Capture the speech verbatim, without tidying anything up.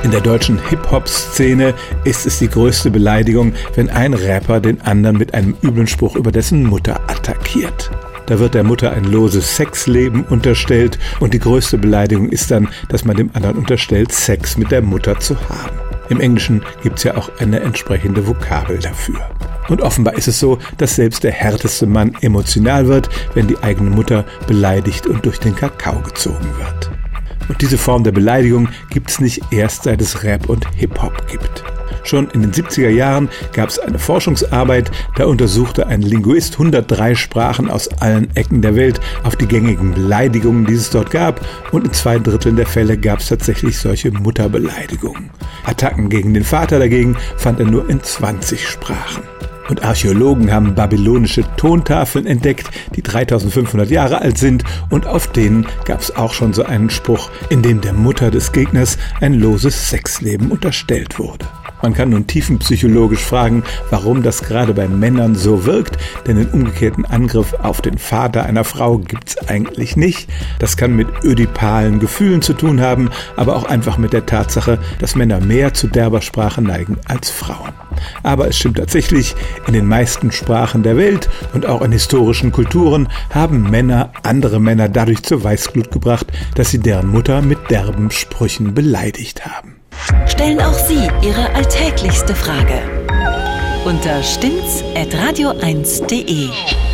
In der deutschen Hip-Hop-Szene ist es die größte Beleidigung, wenn ein Rapper den anderen mit einem üblen Spruch über dessen Mutter attackiert. Da wird der Mutter ein loses Sexleben unterstellt und die größte Beleidigung ist dann, dass man dem anderen unterstellt, Sex mit der Mutter zu haben. Im Englischen gibt es ja auch eine entsprechende Vokabel dafür. Und offenbar ist es so, dass selbst der härteste Mann emotional wird, wenn die eigene Mutter beleidigt und durch den Kakao gezogen wird. Und diese Form der Beleidigung gibt es nicht erst, seit es Rap und Hip-Hop gibt. Schon in den siebziger Jahren gab es eine Forschungsarbeit, da untersuchte ein Linguist hundertdrei Sprachen aus allen Ecken der Welt auf die gängigen Beleidigungen, die es dort gab, und in zwei Dritteln der Fälle gab es tatsächlich solche Mutterbeleidigungen. Attacken gegen den Vater dagegen fand er nur in zwanzig Sprachen. Und Archäologen haben babylonische Tontafeln entdeckt, die dreitausendfünfhundert Jahre alt sind, und auf denen gab es auch schon so einen Spruch, in dem der Mutter des Gegners ein loses Sexleben unterstellt wurde. Man kann nun tiefenpsychologisch fragen, warum das gerade bei Männern so wirkt, denn den umgekehrten Angriff auf den Vater einer Frau gibt's eigentlich nicht. Das kann mit ödipalen Gefühlen zu tun haben, aber auch einfach mit der Tatsache, dass Männer mehr zu derber Sprache neigen als Frauen. Aber es stimmt tatsächlich, in den meisten Sprachen der Welt und auch in historischen Kulturen haben Männer andere Männer dadurch zur Weißglut gebracht, dass sie deren Mutter mit derben Sprüchen beleidigt haben. Stellen auch Sie Ihre alltäglichste Frage unter stimmt's at radio eins punkt de.